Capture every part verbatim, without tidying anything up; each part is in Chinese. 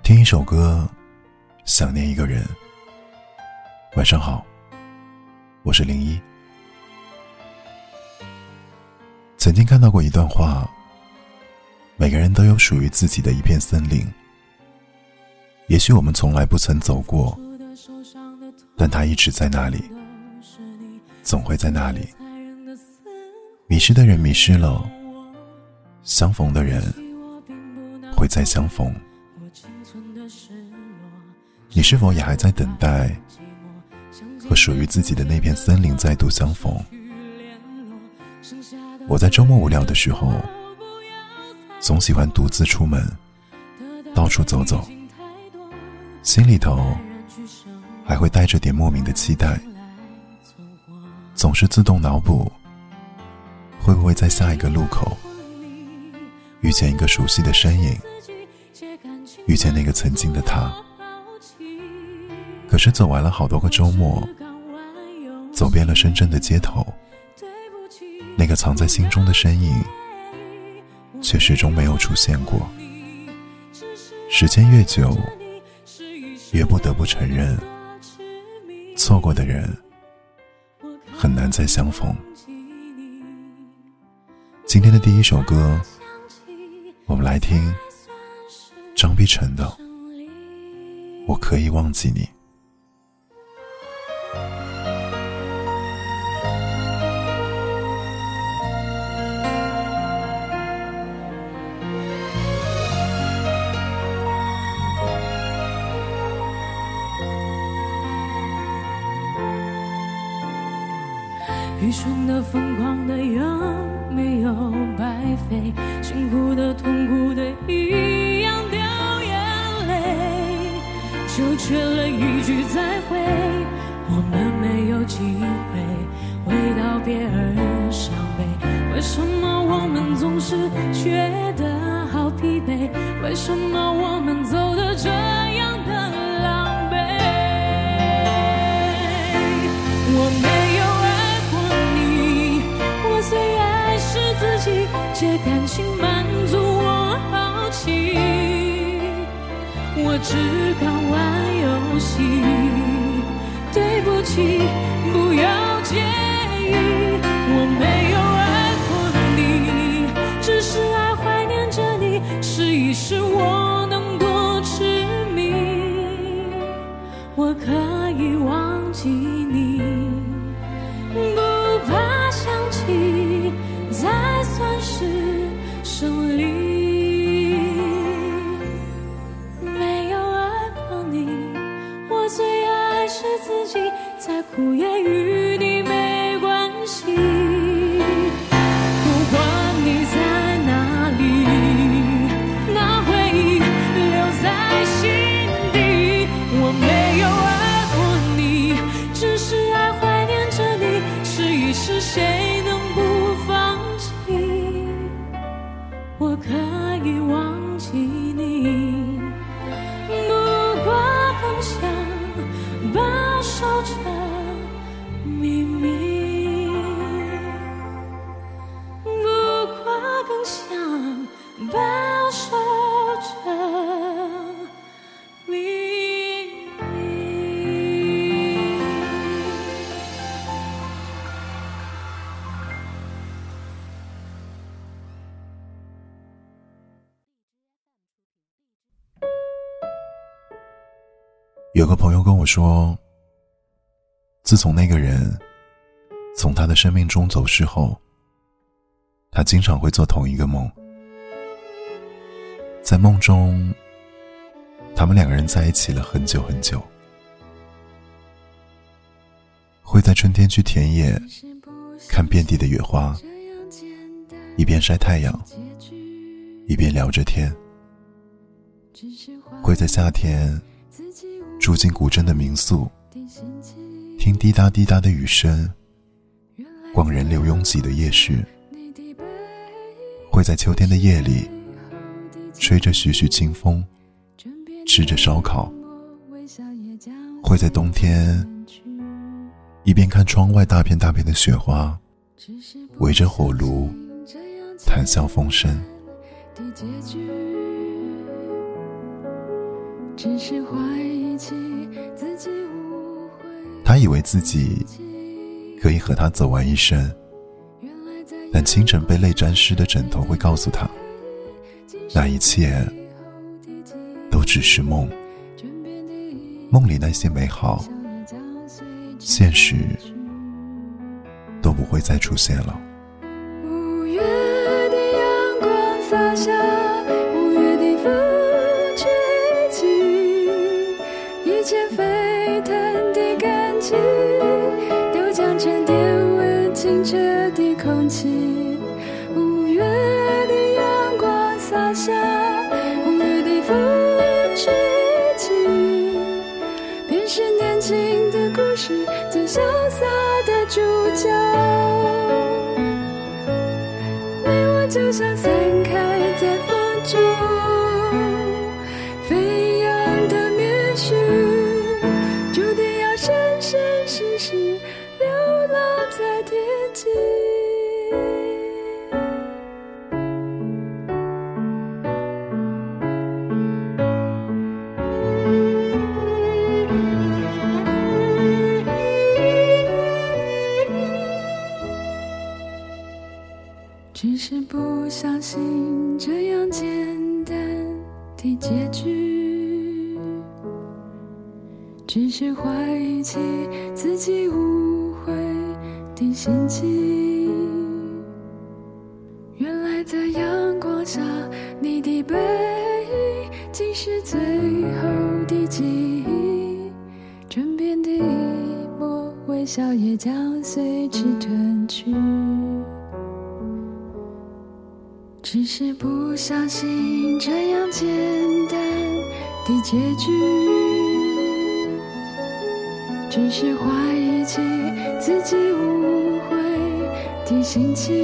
听一首歌，想念一个人。晚上好，我是零一。曾经看到过一段话，每个人都有属于自己的一片森林，也许我们从来不曾走过，但它一直在那里，总会在那里。迷失的人迷失了，相逢的人会再相逢。你是否也还在等待和属于自己的那片森林再度相逢？我在周末无聊的时候，总喜欢独自出门，到处走走，心里头还会带着点莫名的期待，总是自动脑补会不会在下一个路口遇见一个熟悉的身影，遇见那个曾经的他。可是走完了好多个周末，走遍了深圳的街头，那个藏在心中的身影却始终没有出现过。时间越久，越不得不承认，错过的人很难再相逢。今天的第一首歌，我们来听张碧晨的《我可以忘记你》。 愚蠢的疯狂的有没有白费，辛苦的痛苦的一样掉眼泪，就缺了一句再会，我们没有机会为道别而伤悲。为什么我们总是觉得好疲惫？为什么我们走得这样的狼狈？我没有最爱是自己借感情满足我好奇，我只敢玩游戏，对不起，不要介意。我没有爱过你，只是爱怀念着你，试一试我能多痴迷。我可以忘记你，不怕想起才算是胜利。没有爱过你，我最爱是自己，再苦也与你没关系。不管你在哪里，那回忆留在心底。我没有爱过你，只是爱怀念着你，试一试谁能不放弃。我可以忘记你，不过更想保守着秘密，不过更想保守着秘密。 有个朋友跟我说，自从那个人从他的生命中走失后，他经常会做同一个梦。在梦中，他们两个人在一起了很久很久，会在春天去田野看遍地的野花，一边晒太阳一边聊着天，会在夏天住进古镇的民宿，听滴答滴答的雨声，逛人流拥挤的夜市，会在秋天的夜里吹着徐徐清风，吃着烧烤，会在冬天一边看窗外大片大片的雪花，围着火炉谈笑风生。 只是怀疑起自己误会。 他以为自己可以和他走完一生，但清晨被泪沾湿的枕头会告诉他，那一切都只是梦，梦里那些美好，现实都不会再出现了。 五月的阳光洒下，五月的风吹起，一切沸腾的感情都将沉淀为清澈的空气。五月的阳光洒下，五月的风吹起，便是年轻的故事最潇洒的主角。你我就像散开在风中飞扬的棉絮，注定要生生世世流浪在天际。只是不相信这样简单的结局，只是怀疑起自己误会的心情。原来在阳光下，你的背影竟是最后的记忆，枕边的一抹微笑也将随之褪去。只是不相信这样简单的结局，只是怀疑起自己误会的心情。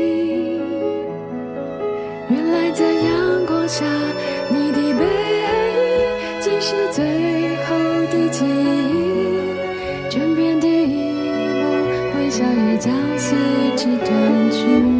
原来在阳光下，你的背影竟是最后的记忆，枕边的一抹微笑也将随之褪去。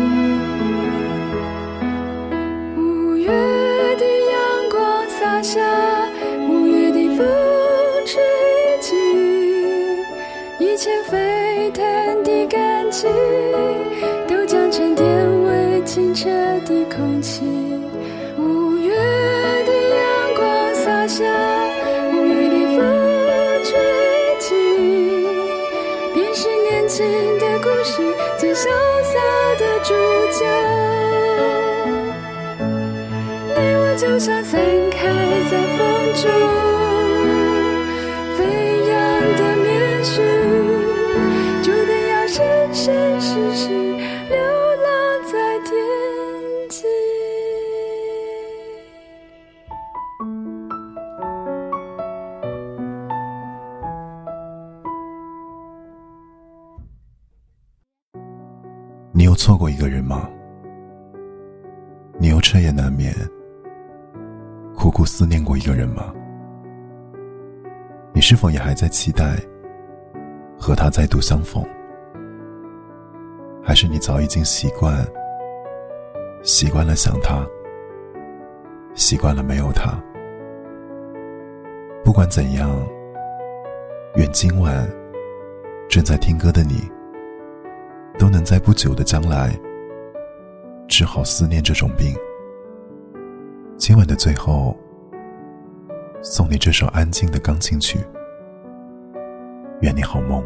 五月的风吹起，一切沸腾的感情都将沉淀为清澈的空气。五月的阳光洒下，五月的风吹起，便是年轻的故事最潇洒的主角。你我就像散开在风中飞扬的棉絮，注定要生生世世流浪在天际。 你有错过一个人吗？你又彻夜难眠，苦苦思念过一个人吗？你是否也还在期待和他再度相逢？还是你早已经习惯习惯了想他，习惯了没有他？不管怎样，愿今晚正在听歌的你，都能在不久的将来治好思念这种病。今晚的最后，送你这首安静的钢琴曲，愿你好梦。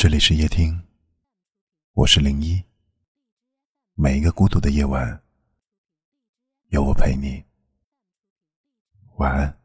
这里是夜听，我是零一。每一个孤独的夜晚，有我陪你。晚安。